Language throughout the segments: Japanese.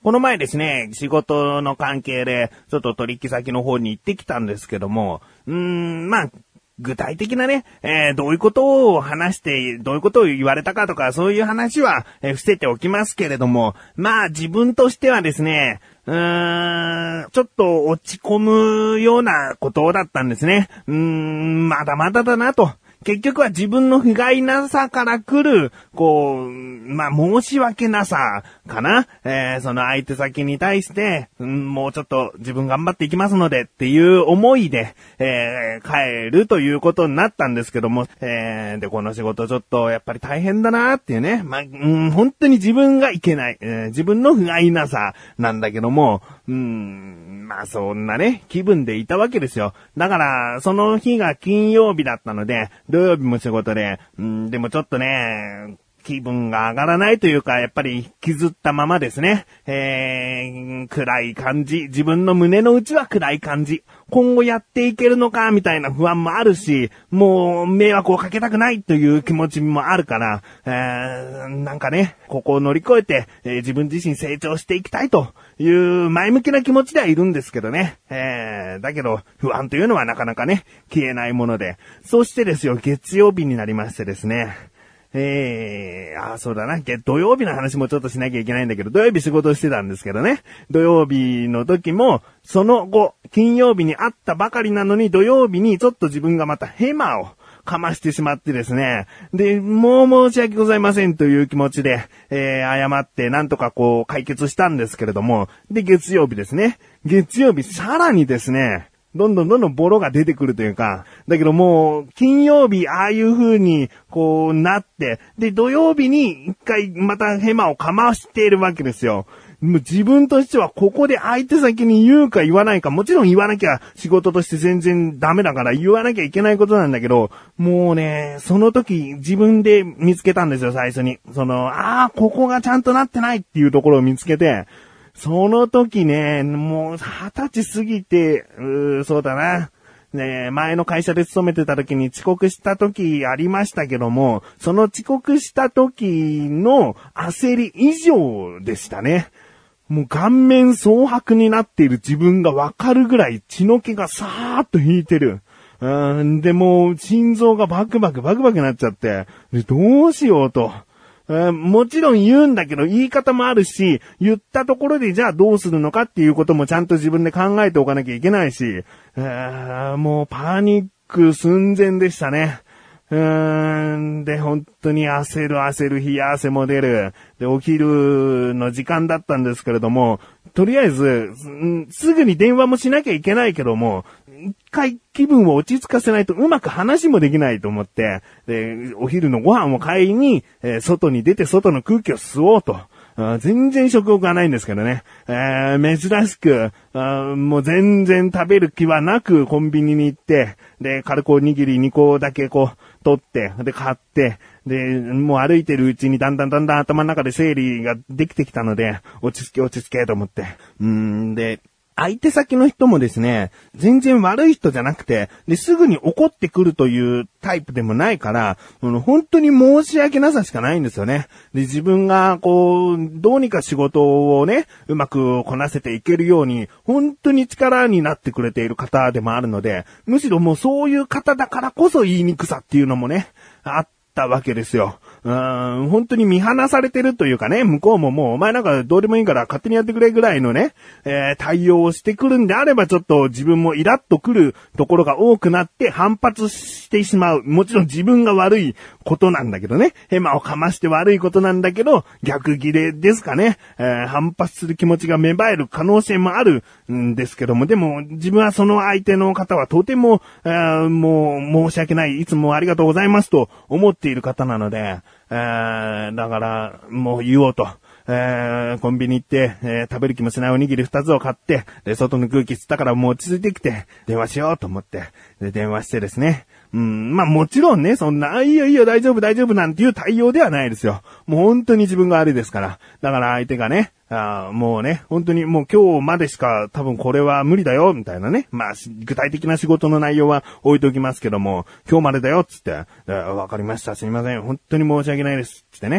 この前ですね、仕事の関係で、ちょっと取引先の方に行ってきたんですけども、具体的なね、どういうことを話して、どういうことを言われたかとか、そういう話は、伏せておきますけれども、自分としてはですね、ちょっと落ち込むようなことだったんですね。まだまだだなと。結局は自分の不甲斐なさから来る、申し訳なさかな。その相手先に対して、もうちょっと自分頑張っていきますのでっていう思いで、帰るということになったんですけども、で、この仕事ちょっとやっぱり大変だなっていうね。本当に自分がいけない、自分の不甲斐なさなんだけども、そんなね、気分でいたわけですよ。だから、その日が金曜日だったので、土曜日も仕事で、でもちょっとね、気分が上がらないというか、やっぱり引きずったままですね。暗い感じ。自分の胸の内は暗い感じ。今後やっていけるのか、みたいな不安もあるし、もう迷惑をかけたくないという気持ちもあるから、なんかね、ここを乗り越えて、自分自身成長していきたいという前向きな気持ちではいるんですけどね。だけど、不安というのはなかなかね、消えないもので。そしてですよ、月曜日になりましてですね。そうだな。土曜日の話もちょっとしなきゃいけないんだけど、土曜日仕事してたんですけどね。土曜日の時も、その後、金曜日に会ったばかりなのに、土曜日にちょっと自分がまたヘマをかましてしまってですね。で、もう申し訳ございませんという気持ちで、謝ってなんとか解決したんですけれども、で、月曜日ですね。月曜日さらにですね、どんどんボロが出てくるというか、だけどもう、金曜日、ああいう風に、なって、で、土曜日に一回またヘマをかましているわけですよ。もう自分としてはここで相手先に言うか言わないか、もちろん言わなきゃ仕事として全然ダメだから言わなきゃいけないことなんだけど、もうね、その時自分で見つけたんですよ、最初に。ここがちゃんとなってないっていうところを見つけて、その時ね、もう20歳過ぎて、そうだな。ね、前の会社で勤めてた時に遅刻した時ありましたけども、その遅刻した時の焦り以上でしたね。もう顔面蒼白になっている自分がわかるぐらい血の気がさーっと引いてる。でもう心臓がバクバクなっちゃって、でどうしようと。もちろん言うんだけど言い方もあるし、言ったところでじゃあどうするのかっていうこともちゃんと自分で考えておかなきゃいけないし、もうパニック寸前でしたね。で、本当に焦る、冷や汗も出る。で、お昼の時間だったんですけれども、とりあえず、すぐに電話もしなきゃいけないけども、一回気分を落ち着かせないとうまく話もできないと思って、で、お昼のご飯を買いに、外に出て外の空気を吸おうと。全然食欲がないんですけどね。珍しく、もう全然食べる気はなくコンビニに行って、で、軽くおにぎり2個だけ取って、で、買って、で、もう歩いてるうちにだんだん頭の中で整理ができてきたので、落ち着けと思って。で、相手先の人もですね、全然悪い人じゃなくて、で、すぐに怒ってくるというタイプでもないから、本当に申し訳なさしかないんですよね。で、自分がどうにか仕事をね、うまくこなせていけるように、本当に力になってくれている方でもあるので、むしろもうそういう方だからこそ言いにくさっていうのもね、あったわけですよ。本当に見放されてるというかね、向こうももうお前なんかどうでもいいから勝手にやってくれぐらいのね、対応をしてくるんであればちょっと自分もイラッとくるところが多くなって反発してしまう。もちろん自分が悪いことなんだけどね、ヘマをかまして悪いことなんだけど、逆ギレですかね、反発する気持ちが芽生える可能性もあるんですけども、でも自分はその相手の方はとても、もう申し訳ない、いつもありがとうございますと思っている方なので、だから、もう言おうと。コンビニ行って、食べる気もしないおにぎり2つを買って、で、外の空気吸ったからもう落ち着いてきて、電話しようと思って、で、電話してですね。もちろんね、そんな、いいよ、大丈夫なんていう対応ではないですよ。もう本当に自分が悪いですから。だから相手がね、もうね、本当にもう今日までしか多分これは無理だよ、みたいなね。具体的な仕事の内容は置いておきますけども、今日までだよ、つって、わかりました、すみません、本当に申し訳ないです、つってね。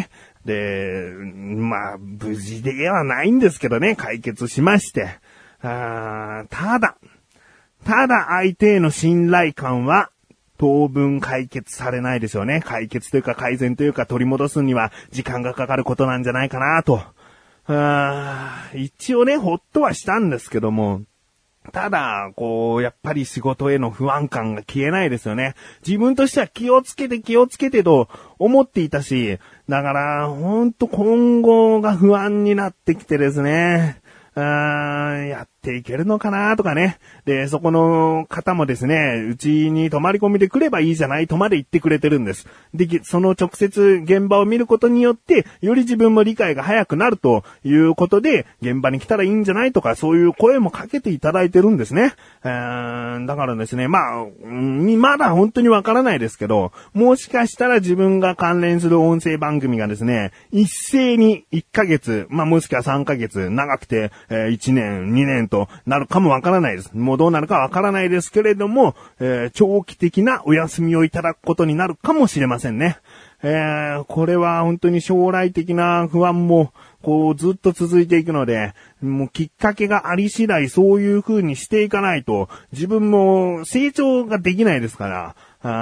で、まあ、無事ではないんですけどね、解決しまして。ただ、相手への信頼感は、当分解決されないでしょうね。解決というか改善というか取り戻すには時間がかかることなんじゃないかなと。一応ね、ほっとはしたんですけども、ただ、やっぱり仕事への不安感が消えないですよね。自分としては気をつけてと思っていたし、だから、ほんと今後が不安になってきてですね。やっていけるのかなとかね。で、そこの方もですね、うちに泊まり込みで来ればいいじゃないとまで言ってくれてるんです。で、その直接現場を見ることによって、より自分も理解が早くなるということで、現場に来たらいいんじゃないとか、そういう声もかけていただいてるんですね。だからですね、まだ本当にわからないですけど、もしかしたら自分が関連する音声番組がですね、一斉に1ヶ月、もしくは3ヶ月、長くて、1年、2年となるかもわからないです。もうどうなるかわからないですけれども、長期的なお休みをいただくことになるかもしれませんね。これは本当に将来的な不安も、ずっと続いていくので、もうきっかけがあり次第そういう風にしていかないと、自分も成長ができないですから、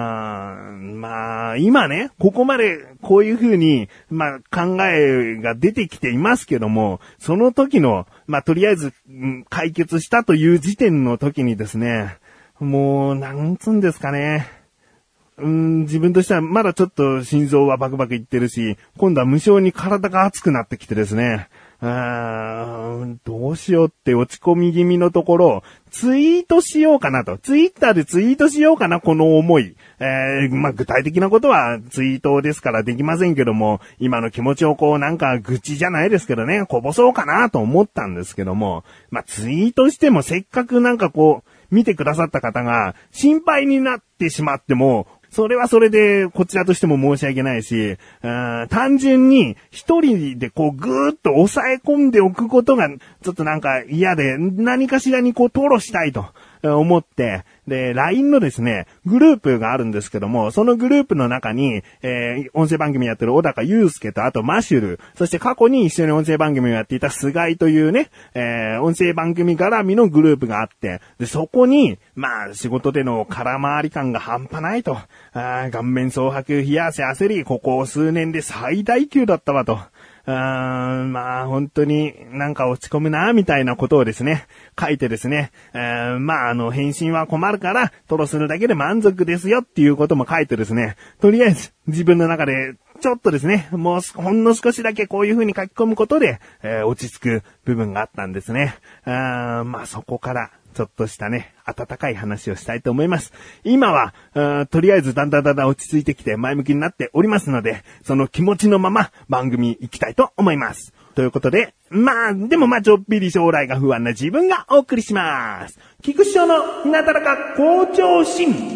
今ね、ここまでこういう風に、考えが出てきていますけども、その時の、とりあえず、解決したという時点の時にですね、もう、なんつんですかね。自分としてはまだちょっと心臓はバクバクいってるし、今度は無性に体が熱くなってきてですね、どうしようって落ち込み気味のところ、ツイートしようかなと。ツイッターでツイートしようかな、この思い。具体的なことはツイートですからできませんけども、今の気持ちを愚痴じゃないですけどね、こぼそうかなと思ったんですけども、ツイートしてもせっかく見てくださった方が心配になってしまっても、それはそれでこちらとしても申し訳ないし、単純に一人でぐーっと抑え込んでおくことがちょっと嫌で、何かしらに吐露したいと思って、で、LINE のですね、グループがあるんですけども、そのグループの中に、音声番組やってる小高祐介と、あとマシュル、そして過去に一緒に音声番組をやっていた菅井というね、音声番組絡みのグループがあって、で、そこに、仕事での空回り感が半端ないと、顔面蒼白、冷や汗焦り、ここ数年で最大級だったわと。本当に落ち込むな、みたいなことをですね、書いてですね、返信は困るから、吐露するだけで満足ですよっていうことも書いてですね、とりあえず自分の中でちょっとですね、もうほんの少しだけこういう風に書き込むことで、落ち着く部分があったんですね。そこから、ちょっとしたね、温かい話をしたいと思います。今は、とりあえずだんだん落ち着いてきて前向きになっておりますので、その気持ちのまま番組行きたいと思います。ということで、でもちょっぴり将来が不安な自分がお送りします。菊師匠のなだらか向上心。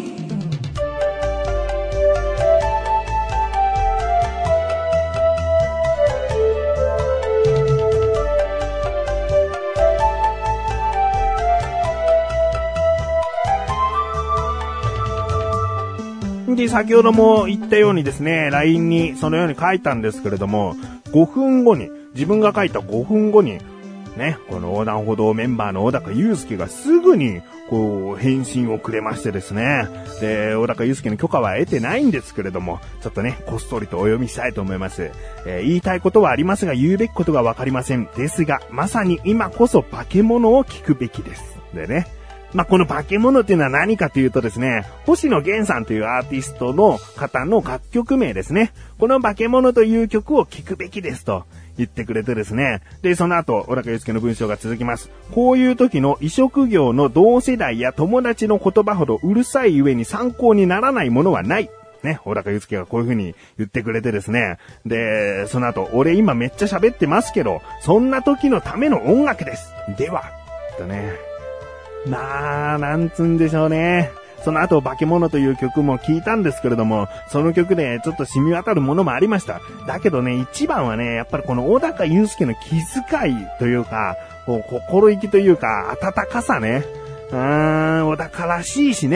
で、先ほども言ったようにですね、LINE にそのように書いたんですけれども、自分が書いた5分後に、ね、この横断歩道メンバーの小高祐介がすぐに、返信をくれましてですね。で、小高祐介の許可は得てないんですけれども、ちょっとね、こっそりとお読みしたいと思います。言いたいことはありますが、言うべきことがわかりません。ですが、まさに今こそ化け物を聞くべきです。でね。この化け物っていうのは何かというとですね、星野源さんというアーティストの方の楽曲名ですね。この化け物という曲を聴くべきですと言ってくれてですね。で、その後、小高祐介の文章が続きます。こういう時の異職業の同世代や友達の言葉ほどうるさい上に参考にならないものはない。ね、小高祐介がこういう風に言ってくれてですね。で、その後、俺今めっちゃ喋ってますけど、そんな時のための音楽です。では、とね。なんつんでしょうね。その後、化け物という曲も聞いたんですけれども、その曲でちょっと染み渡るものもありました。だけどね、一番はね、やっぱりこの小高祐介の気遣いというか、心意気というか、温かさね。小高らしいしね。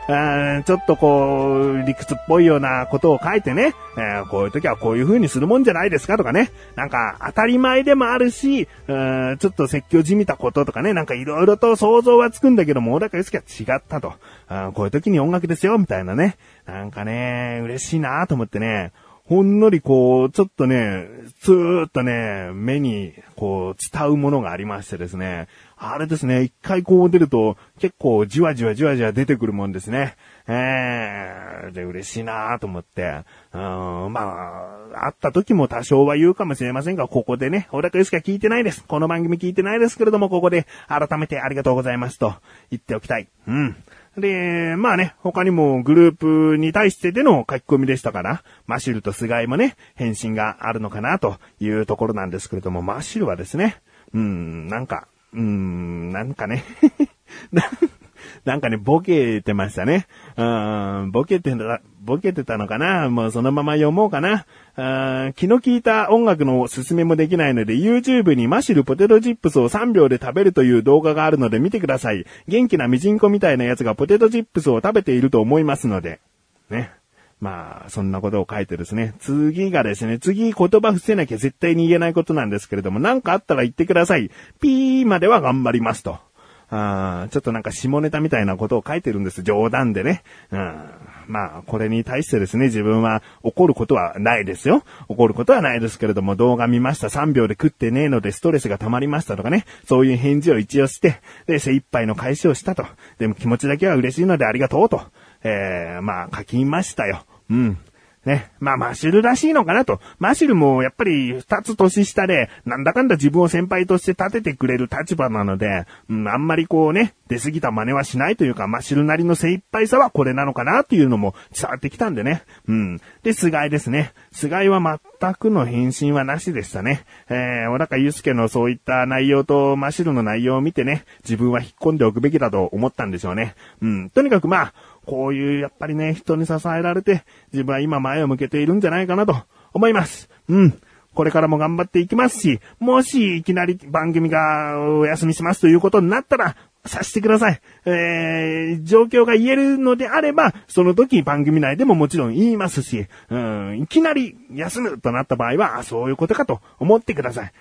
ちょっとこう、理屈っぽいようなことを書いてね、こういう時はこういう風にするもんじゃないですかとかね、なんか当たり前でもあるし、ちょっと説教じみたこととかね、なんかいろいろと想像はつくんだけども、小高祐介は違ったと。こういう時に音楽ですよ、みたいなね。なんかね、嬉しいなと思ってね、ほんのりこう、ちょっとね、ずーっとね、目にこう、伝うものがありましてですね。あれですね、一回こう出ると、結構じわじわ出てくるもんですね。で、嬉しいなと思って。まあ、会った時も多少は言うかもしれませんが、ここでね、小高祐介は聞いてないです。この番組聞いてないですけれども、ここで改めてありがとうございますと言っておきたい。で、まあね、他にもグループに対してでの書き込みでしたから、マシュルと菅井もね、返信があるのかなというところなんですけれども、マシュルはですね、なんかね、なんかね、ボケてましたね。ボケてたのかな。もうそのまま読もうかな。気の利いた音楽のおすすめもできないので、YouTube にマシルポテトチップスを3秒で食べるという動画があるので見てください。元気なミジンコみたいなやつがポテトチップスを食べていると思いますので。ね。まあ、そんなことを書いてですね。次言葉伏せなきゃ絶対に言えないことなんですけれども、なんかあったら言ってください。ピーまでは頑張りますと。ちょっとなんか下ネタみたいなことを書いてるんです。冗談でね。まあ、これに対してですね、自分は怒ることはないですよ。怒ることはないですけれども、動画見ました。3秒で食ってねえのでストレスが溜まりましたとかね。そういう返事を一応して、で、精一杯の返しをしたと。でも気持ちだけは嬉しいのでありがとうと。まあ、書きましたよ。ね。まあ、マシュルらしいのかなと。マシュルもやっぱり2つ年下で、なんだかんだ自分を先輩として立ててくれる立場なので、あんまりこうね、出過ぎた真似はしないというか、マシュルなりの精一杯さはこれなのかなっていうのも伝わってきたんでね。で、菅井ですね。菅井は全くの返信はなしでしたね。小高祐介のそういった内容とマシュルの内容を見てね、自分は引っ込んでおくべきだと思ったんでしょうね。とにかくまあ、こういうやっぱりね、人に支えられて、自分は今前を向けているんじゃないかなと思います。これからも頑張っていきますし、もしいきなり番組がお休みしますということになったら、させてください。状況が言えるのであれば、その時番組内でももちろん言いますし、いきなり休むとなった場合は、そういうことかと思ってください。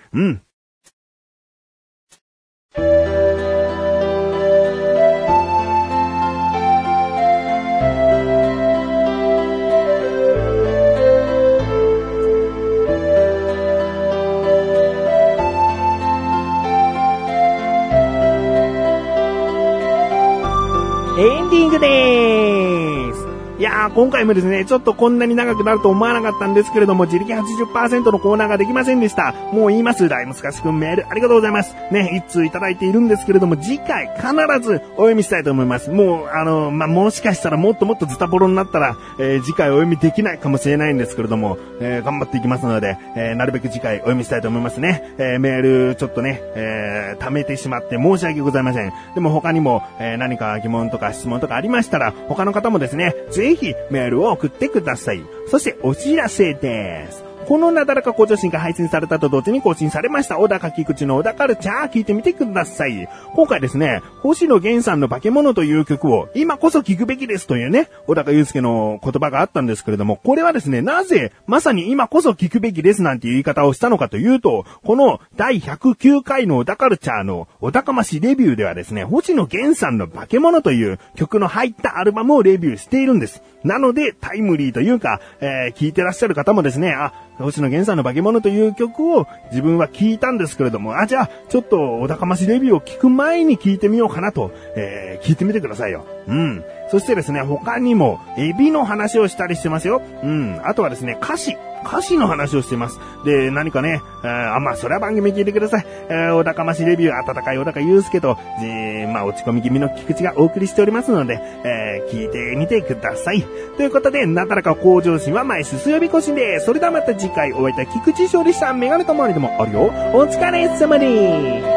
エンディングでーす。いやー、今回もですね、ちょっとこんなに長くなると思わなかったんですけれども、自力 80% のコーナーができませんでした。もう言います。ライムスカシ君メールありがとうございます。ね、一通いただいているんですけれども、次回必ずお読みしたいと思います。もう、もしかしたらもっともっとズタボロになったら、次回お読みできないかもしれないんですけれども、頑張っていきますので、なるべく次回お読みしたいと思いますね。メールちょっとね、貯めてしまって申し訳ございません。でも他にも、何か疑問とか質問とかありましたら、他の方もですね、ぜひメールを送ってください。そしてお知らせです。このなだらか向上心が配信されたと同時に更新されました小高菊池の小高カルチャー聞いてみてください。今回ですね、星野源さんの化け物という曲を今こそ聞くべきですというね、小高祐介の言葉があったんですけれども、これはですね、なぜまさに今こそ聞くべきですなんていう言い方をしたのかというと、この第109回の小高カルチャーの小高ましレビューではですね、星野源さんの化け物という曲の入ったアルバムをレビューしているんです。なのでタイムリーというか、聞いてらっしゃる方もですね、星野源さんの化け物という曲を自分は聞いたんですけれども、じゃあちょっと小高ましレビューを聞く前に聞いてみようかなと、聞いてみてくださいよ。そしてですね、他にもエビの話をしたりしてますよ。あとはですね、歌詞の話をしています。で、何かね、それは番組聞いてください。小高ましレビュー、温かい小高祐介と、落ち込み気味の菊池がお送りしておりますので、聞いてみてください。ということで、なだらか向上心は毎週水曜日更新です。それではまた次回お会いいたい菊池翔でした。メガネと周りでもあるよ。お疲れ様です。